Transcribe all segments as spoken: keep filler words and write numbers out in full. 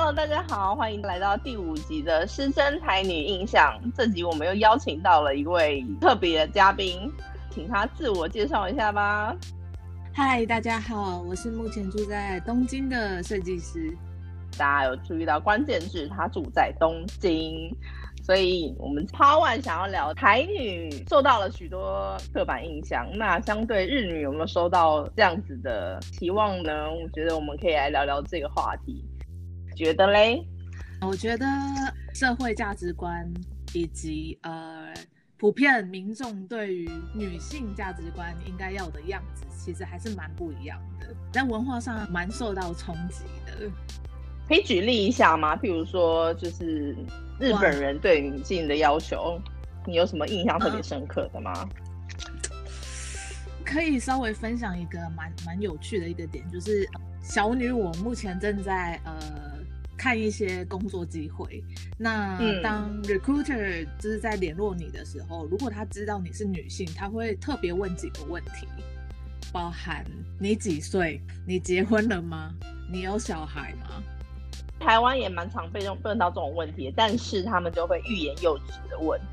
Hello， 大家好，欢迎来到第五集的师生台女印象。这集我们又邀请到了一位特别的嘉宾，请他自我介绍一下吧。 嗨，大家好，我是目前住在东京的设计师。 大家有注意到关键字，他住在东京，所以我们 Part One 想要聊台女受到了许多刻板印象，那相对日女有没有收到这样子的期望呢？我觉得我们可以来聊聊这个话题。觉得嘞？ 我觉得社会价值观以及呃普遍民众对于女性价值观应该要的样子，其实还是蛮不一样的，在文化上蛮受到冲击的。 可以举例一下吗？譬如说，就是日本人对女性的要求，你有什么印象特别深刻的吗？ 呃、可以稍微分享一个蛮蛮有趣的一个点，就是小女我目前正在呃。看一些工作机会，那当 recruiter 就是在联络你的时候，嗯、如果他知道你是女性，他会特别问几个问题，包含你几岁，你结婚了吗，你有小孩吗？ 台湾也蛮常被问到这种问题，但是他们就会欲言又止的问。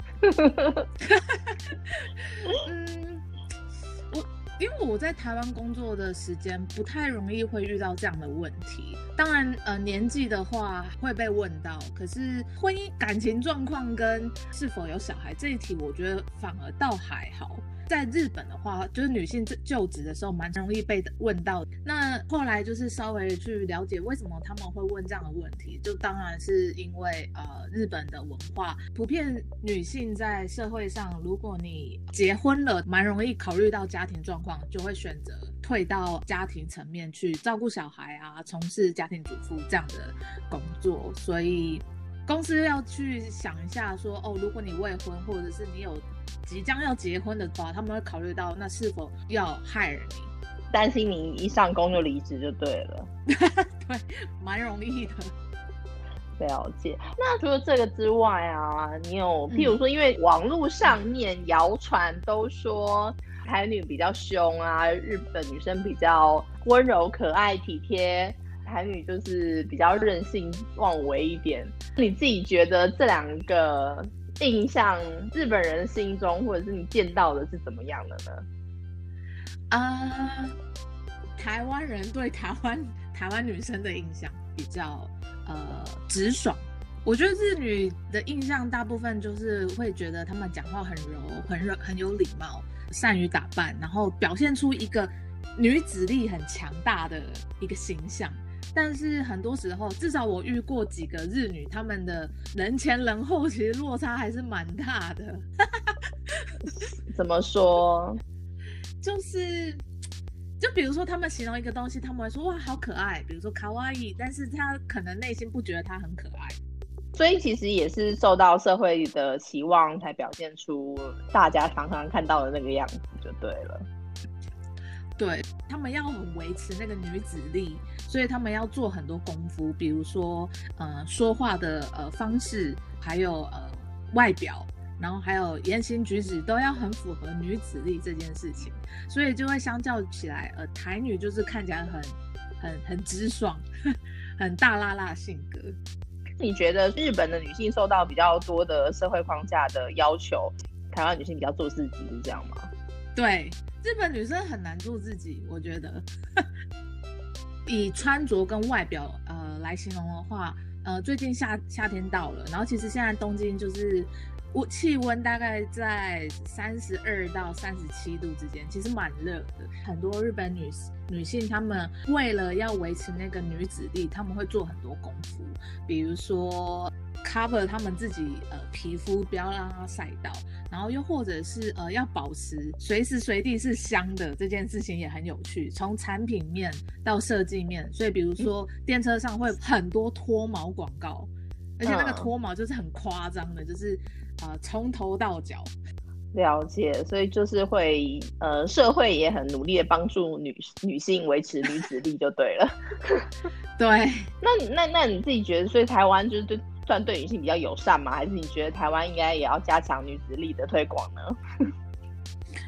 嗯，我因为我在台湾工作的时间不太容易会遇到这样的问题。当然，呃，年纪的话会被问到，可是婚姻感情状况跟是否有小孩这一题，我觉得反而倒还好。在日本的话，就是女性就职的时候蛮容易被问到。那后来就是稍微去了解为什么他们会问这样的问题，就当然是因为呃日本的文化普遍，女性在社会上，如果你结婚了，蛮容易考虑到家庭状况，就会选择退到家庭层面去照顾小孩啊，从事家庭主妇这样的工作。所以公司要去想一下说，哦，如果你未婚或者是你有即将要结婚的话，他们会考虑到那是否要 hire 你， 担心你一上工就离职就对了。 对，蛮容易的。 了解。那除了这个之外啊，你有譬如说，因为网络上面谣传都说台女比较凶啊，日本女生比较温柔可爱体贴，台女就是比较任性妄为一点。你自己觉得这两个印象，日本人心中或者是你见到的是怎么样的呢？ 啊、呃，台湾人对台湾台湾女生的印象比较呃直爽。我觉得日女的印象大部分就是会觉得她们讲话很柔、很柔、很有礼貌，善于打扮，然后表现出一个女子力很强大的一个形象。但是很多时候，至少我遇过几个日女，她们的人前人后其实落差还是蛮大的。 怎么说？ 就是就比如说他们形容一个东西，他们会说哇好可爱，比如说卡哇伊，但是他可能内心不觉得它很可爱。 所以其实也是受到社会的期望才表现出大家常常看到的那个样子就对了。 对，他们要很维持那个女子力，所以他们要做很多功夫，比如说呃说话的呃方式，还有呃外表，然后还有言行举止都要很符合女子力这件事情，所以就会相较起来，呃台女就是看起来很很很直爽，很大辣辣性格。 你觉得日本的女性受到比较多的社会框架的要求，台湾女性比较做自己是这样吗？ 对，日本女生很难做自己，我觉得。以穿着跟外表呃来形容的话，呃最近夏夏天到了，然后其实现在东京就是气温大概在三十二到三十七度之间，其实蛮热的。很多日本女女性她们为了要维持那个女子力，她们会做很多功夫，比如说cover 他们自己呃皮肤不要让它晒到，然后又或者是呃要保持随时随地是香的，这件事情也很有趣，从产品面到设计面。所以比如说电车上会很多脱毛广告，而且那个脱毛就是很夸张的，就是呃从头到脚。 了解，所以就是会呃社会也很努力的帮助女女性维持女子力就对了。 对， 那那那你自己觉得，所以台湾就是对算对女性比较友善吗？还是你觉得台湾应该也要加强女子力的推广呢？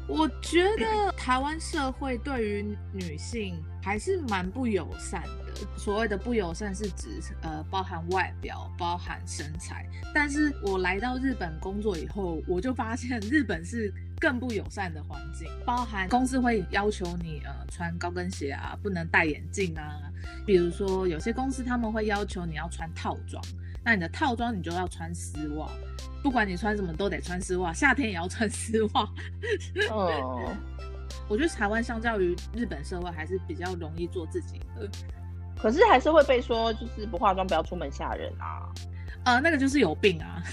我觉得台湾社会对于女性还是蛮不友善的。所谓的不友善是指呃包含外表，包含身材。但是我来到日本工作以后，我就发现日本是更不友善的环境，包含公司会要求你呃穿高跟鞋啊，不能戴眼镜啊。比如说有些公司他们会要求你要穿套装，那你的套装你就要穿丝袜，不管你穿什么都得穿丝袜，夏天也要穿丝袜。 哦， 我觉得台湾相较于日本社会还是比较容易做自己的。 可是还是会被说就是不化妆不要出门吓人啊。 呃，那个就是有病啊。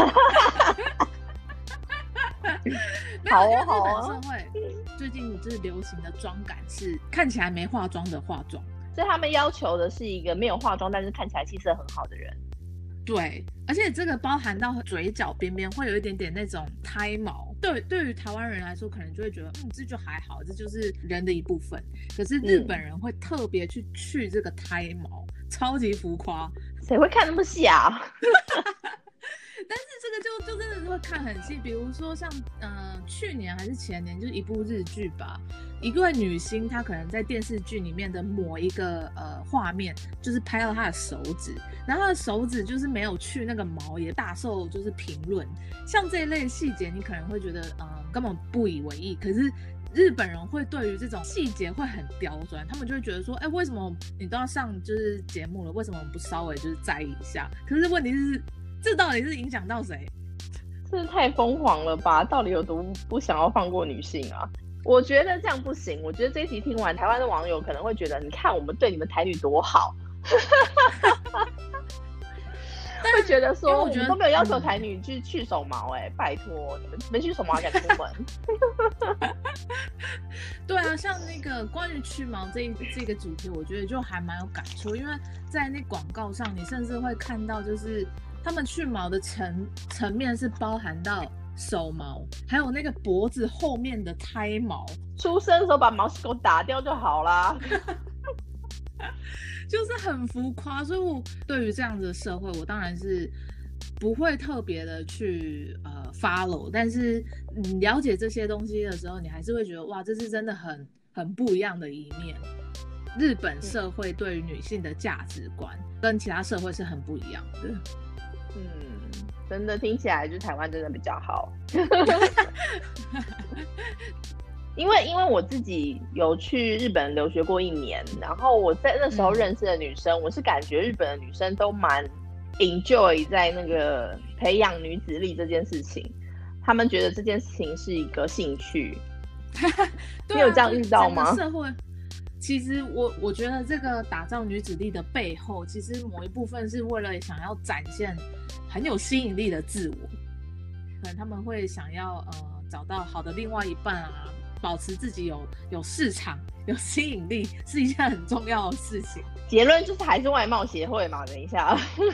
没有， 好因为日好啊本社会最近就是流行的妆感是看起来没化妆的化妆。 所以他们要求的是一个没有化妆但是看起来气色很好的人。 对，而且这个包含到嘴角边边会有一点点那种胎毛，对，对于台湾人来说可能就会觉得嗯这就还好，这就是人的一部分。可是日本人会特别去去这个胎毛，超级浮夸。 谁会看那么细啊？ 但是这个就就真的是会看很细，比如说像呃去年还是前年，就是一部日剧吧，一位女星她可能在电视剧里面的某一个呃画面，就是拍到她的手指，然后她的手指就是没有去那个毛，也大受就是评论。像这一类细节，你可能会觉得呃根本不以为意，可是日本人会对于这种细节会很刁钻，他们就会觉得说，哎，为什么你都要上就是节目了，为什么不稍微就是在意一下？可是问题是，这到底是影响到谁？ 这太疯狂了吧！到底有多不想要放过女性啊？我觉得这样不行。我觉得这一集听完，台湾的网友可能会觉得，你看我们对你们台女多好，会觉得说我们都没有要求台女去去手毛、欸，哎、嗯，拜托你们没去手毛敢出门？ 对啊，像那个关于去毛这一这个主题，我觉得就还蛮有感触，因为在那广告上，你甚至会看到就是他们去毛的层层面是包含到手毛，还有那个脖子后面的胎毛。 出生的时候把毛细狗打掉就好啦。 就是很浮夸，所以我对于这样子的社会，我当然是不会特别的去呃 follow， 但是你了解这些东西的时候，你还是会觉得哇，这是真的很很不一样的一面。日本社会对于女性的价值观跟其他社会是很不一样的。 嗯，真的听起来就台湾真的比较好。因为因为我自己有去日本留学过一年，然后我在那时候认识的女生，嗯、我是感觉日本的女生都蛮 enjoy 在那个培养女子力这件事情，他们觉得这件事情是一个兴趣。 对啊、 你有这样遇到吗？ 社会其实我我觉得这个打造女子力的背后，其实某一部分是为了想要展现很有吸引力的自我，可能他们会想要呃找到好的另外一半啊。保持自己有有市场、有吸引力是一件很重要的事情。 结论就是还是外貌协会嘛。等一下，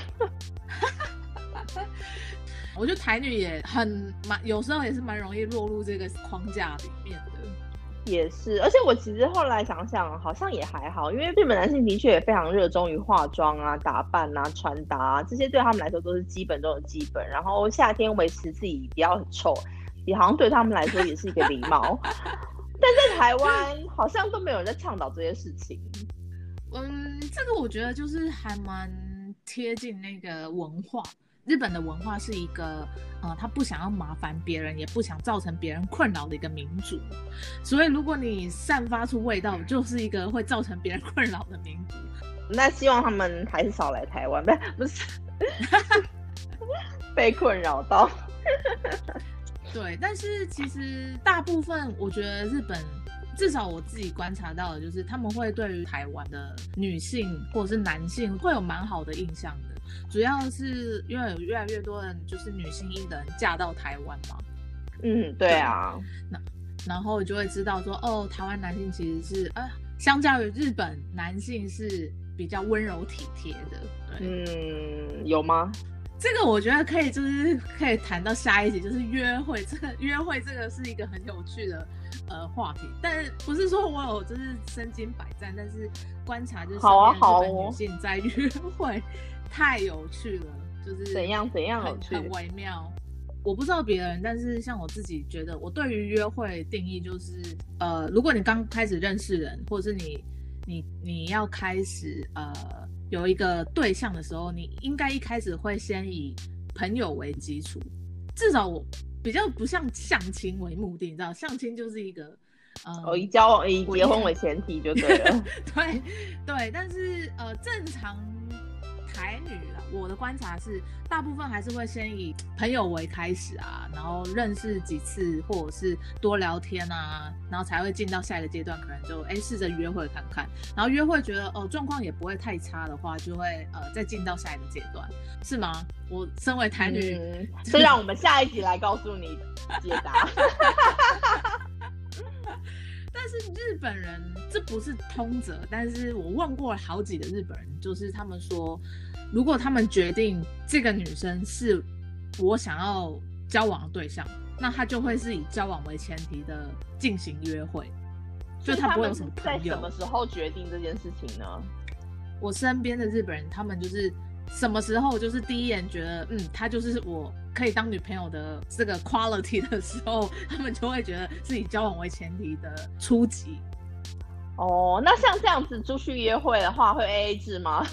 我觉得台女也很蛮，有时候也是蛮容易落入这个框架里面的。 也是，而且我其实后来想想，好像也还好，因为日本男性的确也非常热衷于化妆啊、打扮啊、穿搭啊，这些对他们来说都是基本中的基本。然后夏天维持自己不要很臭。也好像对他们来说也是一个礼貌，但在台湾好像都没有人在倡导这些事情。 嗯，这个我觉得就是还蛮贴近那个文化。日本的文化是一个，呃，他不想要麻烦别人，也不想造成别人困扰的一个民族。所以如果你散发出味道，就是一个会造成别人困扰的民族。 那希望他们还是少来台湾，不是被困扰到。 对，但是其实大部分我觉得日本，至少我自己观察到的就是他们会对于台湾的女性或者是男性会有蛮好的印象的，主要是因为有越来越多人就是女性艺人嫁到台湾嘛。 嗯，对啊。 那然后就会知道说，哦，台湾男性其实是呃，相较于日本男性是比较温柔体贴的。对， 嗯，有吗？ 这个我觉得可以，就是可以谈到下一集，就是约会。这个约会这个是一个很有趣的呃话题，但是不是说我有就是身经百战，但是观察就是身边日本女性在约会太有趣了，就是怎样怎样有趣，很微妙。 我不知道别人，但是像我自己觉得，我对于约会定义就是，呃，如果你刚开始认识人，或者是你你你要开始呃有一个对象的时候，你应该一开始会先以朋友为基础，至少我比较不像相亲为目的，你知道，相亲就是一个。 嗯、哦，以交往以结婚为前提就对了。 对对，但是呃，正常台女啦，我的观察是，大部分还是会先以朋友为开始啊，然后认识几次，或者是多聊天啊，然后才会进到下一个阶段，可能就哎试着约会看看，然后约会觉得哦状况也不会太差的话，就会呃再进到下一个阶段，是吗？我身为台女， 嗯，所以让我们下一集来告诉你解答。 但是日本人这不是通则，但是我问过了好几个日本人，就是他们说，如果他们决定这个女生是我想要交往的对象，那他就会是以交往为前提的进行约会，就他不会有什么朋友。 在什么时候决定这件事情呢？ 我身边的日本人，他们就是什么时候就是第一眼觉得，嗯，他就是我可以当女朋友的这个 quality 的时候，他们就会觉得是以交往为前提的初级。 哦，那像这样子出去约会的话，会 A A 制吗？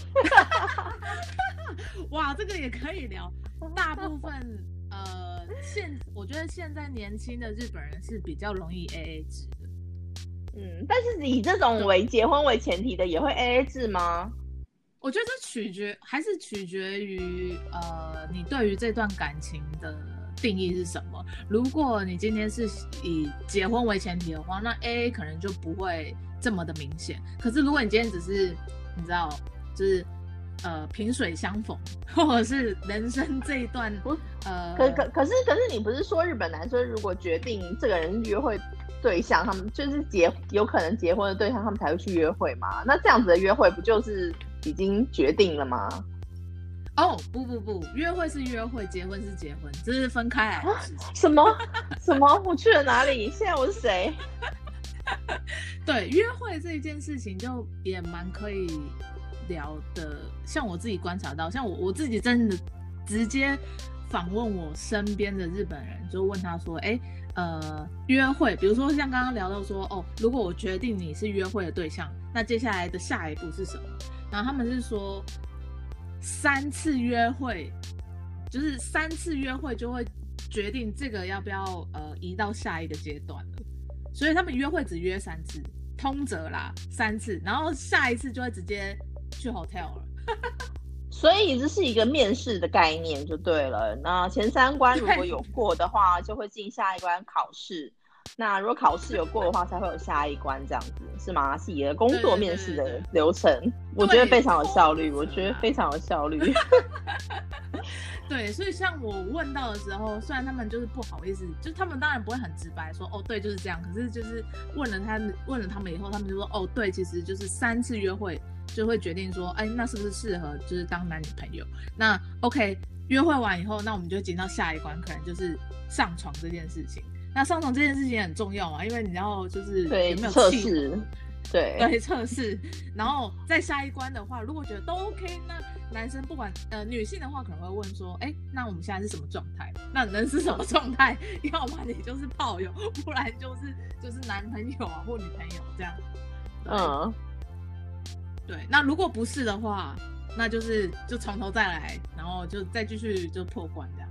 哇，这个也可以聊。大部分呃，现我觉得现在年轻的日本人是比较容易 A A 制的。 嗯，但是以这种为结婚为前提的，也会 A A 制吗？ 我觉得这取决还是取决于呃你对于这段感情的定义是什么。如果你今天是以结婚为前提的话，那 A A 可能就不会这么的明显。可是如果你今天只是你知道就是呃萍水相逢，或者是人生这一段呃可可可是可是你不是说日本男生如果决定这个人约会对象，他们就是结有可能结婚的对象，他们才会去约会嘛？那这样子的约会不就是已经决定了吗？ 哦，不不不，约会是约会，结婚是结婚，这是分开来的事情。 啊、什么什么？我去了哪里？现在我是谁？ 对，约会这一件事情就也蛮可以聊的。像我自己观察到，像我我自己真的直接访问我身边的日本人，就问他说：“哎，呃，约会，比如说像刚刚聊到说，哦，如果我决定你是约会的对象，那接下来的下一步是什么？”然后他们是说，三次约会，就是三次约会就会决定这个要不要呃移到下一个阶段了。所以他们约会只约三次，通则啦三次，然后下一次就会直接去 hotel 了。 所以这是一个面试的概念就对了。那前三关如果有过的话，就会进下一关考试。那如果考试有过的话，才会有下一关，这样子是吗？是一个工作面试的流程，对对对对，我觉得非常有效率，我觉得非常有效率。 对，所以像我问到的时候，虽然他们就是不好意思，就他们当然不会很直白说哦对就是这样，可是就是问了他们问了他们以后，他们就说哦对，其实就是三次约会就会决定说，哎，那是不是适合就是当男女朋友？那 OK， 约会完以后，那我们就进到下一关，可能就是上床这件事情。那上床这件事情也很重要嘛，因为你要就是有没有测试，对对测试，然后在下一关的话，如果觉得都 OK， 那男生不管呃女性的话可能会问说，哎，那我们现在是什么状态？那人是什么状态？要么你就是炮友，不然就是就是男朋友啊或女朋友这样。 嗯， 对。那如果不是的话，那就是就从头再来，然后就再继续就破关这样。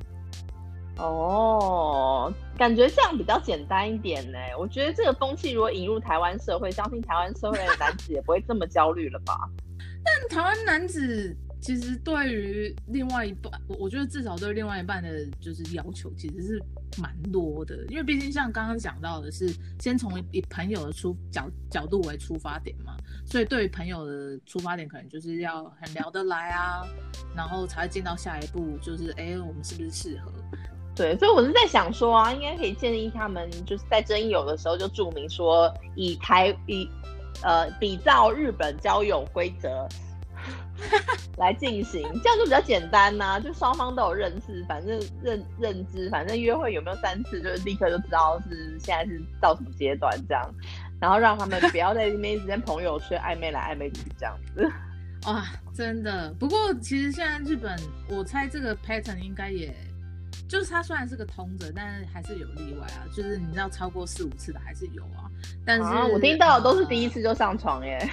哦，感觉这样比较简单一点呢。我觉得这个风气如果引入台湾社会，相信台湾社会的男子也不会这么焦虑了吧？ 但台湾男子其实对于另外一半，我觉得至少对另外一半的就是要求其实是蛮多的，因为毕竟像刚刚讲到的是先从以朋友的出角角度为出发点嘛，所以对于朋友的出发点可能就是要很聊得来啊，然后才会进到下一步，就是哎我们是不是适合？ 对，所以我是在想说啊，应该可以建议他们就是在征友的时候就注明说以台以呃比照日本交友规则来进行，这样就比较简单呐、啊，就双方都有认识，反正认认知，反正约会有没有三次，就是立刻就知道是现在是到什么阶段这样，然后让他们不要在那边一直跟朋友去暧昧来暧昧去这样子。 哇，真的。不过其实现在日本，我猜这个 pattern 应该也就是它虽然是个通则，但是还是有例外啊。就是你知道超过四五次的还是有啊。但是、 啊、我听到的都是第一次就上床耶。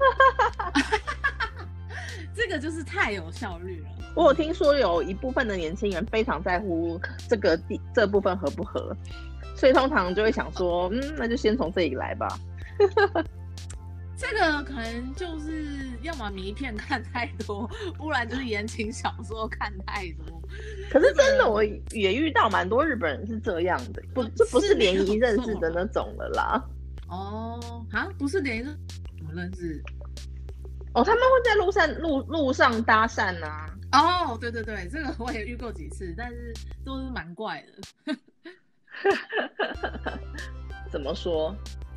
这个就是太有效率了。 我有听说有一部分的年轻人非常在乎这个地这部分合不合，所以通常就会想说，嗯，那就先从这里来吧。 这个可能就是要么迷片看太多，不然就是言情小说看太多。 可是真的，我也遇到蛮多日本人是这样的，不，这不是联谊认识的那种了啦。 哦，啊，不是联谊，怎么认识？ 哦，他们会在路上路路上搭讪啊。 哦，对对对，这个我也遇过几次，但是都是蛮怪的。 怎么说？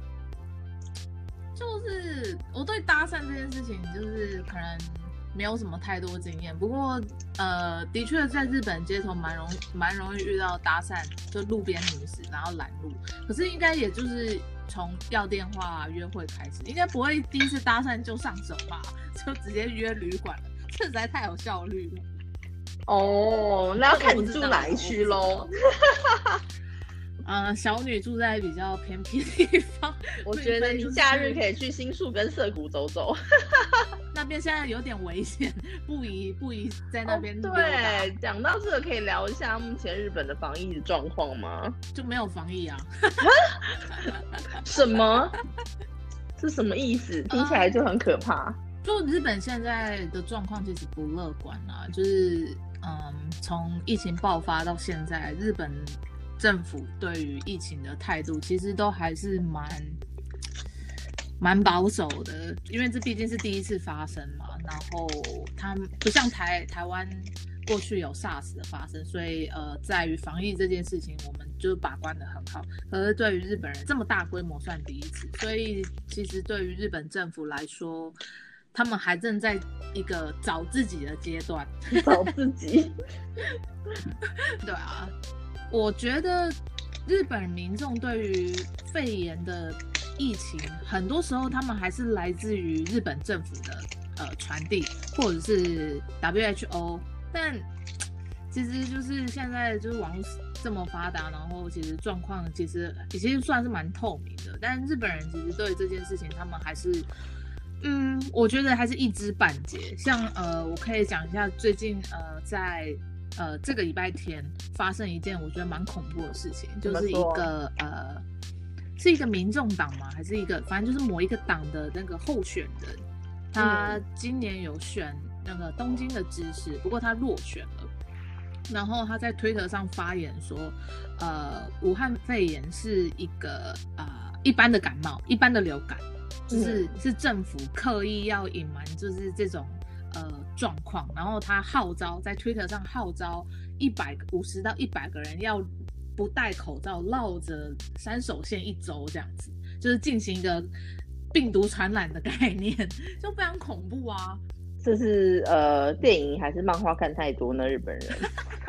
就是我对搭讪这件事情，就是可能没有什么太多经验。不过，呃，的确在日本街头蛮容蛮容易遇到搭讪，就路边女士然后拦路。可是应该也就是从要电话、啊、约会开始，应该不会第一次搭讪就上手吧？就直接约旅馆了，这实在太有效率了。 哦，那要看你住哪一区喽。 呃，小女住在比较偏僻的地方， 我觉得你假日可以去新宿跟涩谷走走。 那边现在有点危险，不宜不宜在那边、 哦。对，讲到这个，可以聊一下目前日本的防疫的状况吗？ 就没有防疫啊？ 什么？是什么意思？听起来就很可怕。 就日本现在的状况其实不乐观啊，就是嗯，从疫情爆发到现在，日本政府对于疫情的态度其实都还是蛮蛮保守的，因为这毕竟是第一次发生嘛。然后它不像台台湾过去有 SARS 的发生，所以呃，在于防疫这件事情，我们就把关得很好。可是对于日本人这么大规模算第一次，所以其实对于日本政府来说，他们还正在一个找自己的阶段， 找自己。 对啊。我觉得日本民众对于肺炎的疫情，很多时候他们还是来自于日本政府的呃传递，或者是 W H O。但其实就是现在就是网络这么发达，然后其实状况其实其实算是蛮透明的。但日本人其实对这件事情，他们还是嗯，我觉得还是一知半解。像呃，我可以讲一下最近呃在。呃，这个礼拜天发生一件我觉得蛮恐怖的事情，就是一个呃，是一个民众党嘛，还是一个反正就是某一个党的那个候选人，他今年有选那个东京的知事，不过他落选了。然后他在推特上发言说，呃，武汉肺炎是一个呃一般的感冒，一般的流感，就是、嗯、是政府刻意要隐瞒，就是这种。呃，状况，然后他号召在 Twitter 上号召一百五十到一百个人要不戴口罩，绕着山手线一周，这样子，就是进行一个病毒传染的概念，就非常恐怖啊！ 这是呃电影还是漫画看太多呢？日本人。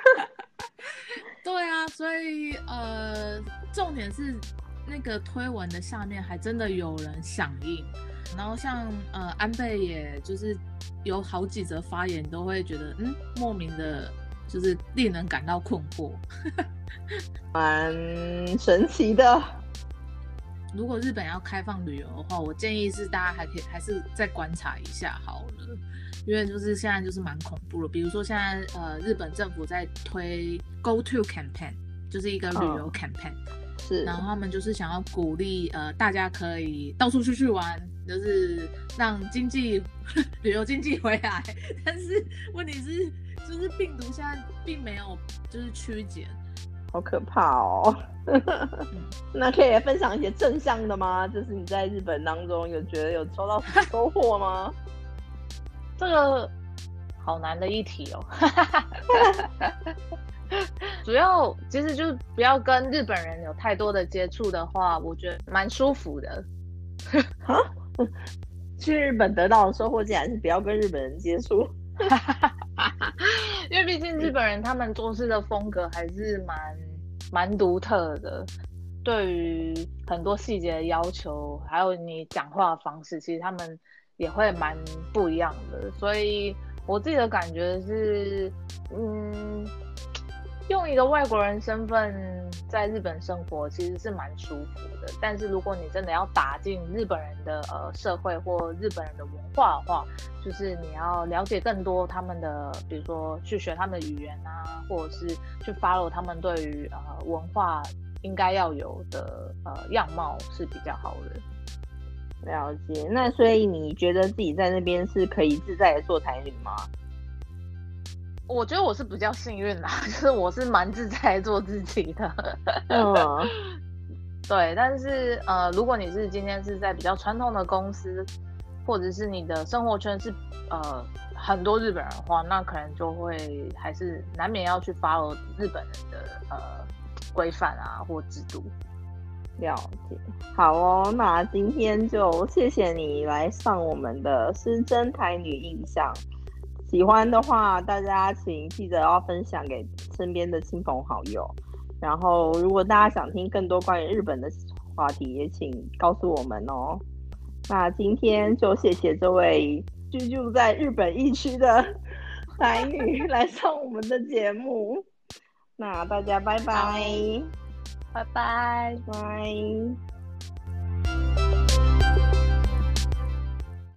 对啊，所以呃，重点是那个推文的下面还真的有人响应。然后像呃安倍也就是有好几则发言都会觉得嗯莫名的就是令人感到困惑， 蛮神奇的。 如果日本要开放旅游的话，我建议是大家还可以还是再观察一下好了，因为就是现在就是蛮恐怖的。比如说现在呃日本政府在推 Go To Campaign， 就是一个旅游 campaign，哦， 是， 然后他们就是想要鼓励呃大家可以到处出去玩。就是让经济旅游经济回来，但是问题是，就是病毒现在并没有就是趋减， 好可怕哦。那可以来分享一些正向的吗？就是你在日本当中有觉得有收到什么收获吗？ 这个好难的一题哦。主要其实就是不要跟日本人有太多的接触的话，我觉得蛮舒服的。 去日本得到的收获竟然是不要跟日本人接触。 因为毕竟日本人他们做事的风格还是蛮蛮独特的，对于很多细节的要求，还有你讲话的方式，其实他们也会蛮不一样的。所以我自己的感觉是，嗯， 用一个外国人身份在日本生活其实是蛮舒服的，但是如果你真的要打进日本人的呃社会或日本人的文化的话，就是你要了解更多他们的，比如说去学他们的语言啊，或者是去 follow 他们对于呃文化应该要有的呃样貌是比较好的。 了解。那所以你觉得自己在那边是可以自在的做台女吗？ 我觉得我是比较幸运啦，就是我是蛮自在做自己的。 嗯， 对，但是呃，如果你是今天是在比较传统的公司，或者是你的生活圈是呃很多日本人的话，那可能就会还是难免要去 follow 日本人的呃规范啊或制度。 了解。好哦，那今天就谢谢你来上我们的失真台女印象。喜欢的话，大家请记得要分享给身边的亲朋好友。然后，如果大家想听更多关于日本的话题，也请告诉我们哦。那今天就谢谢这位居住在日本疫区的台女来上我们的节目。那大家拜拜， 拜拜。 拜。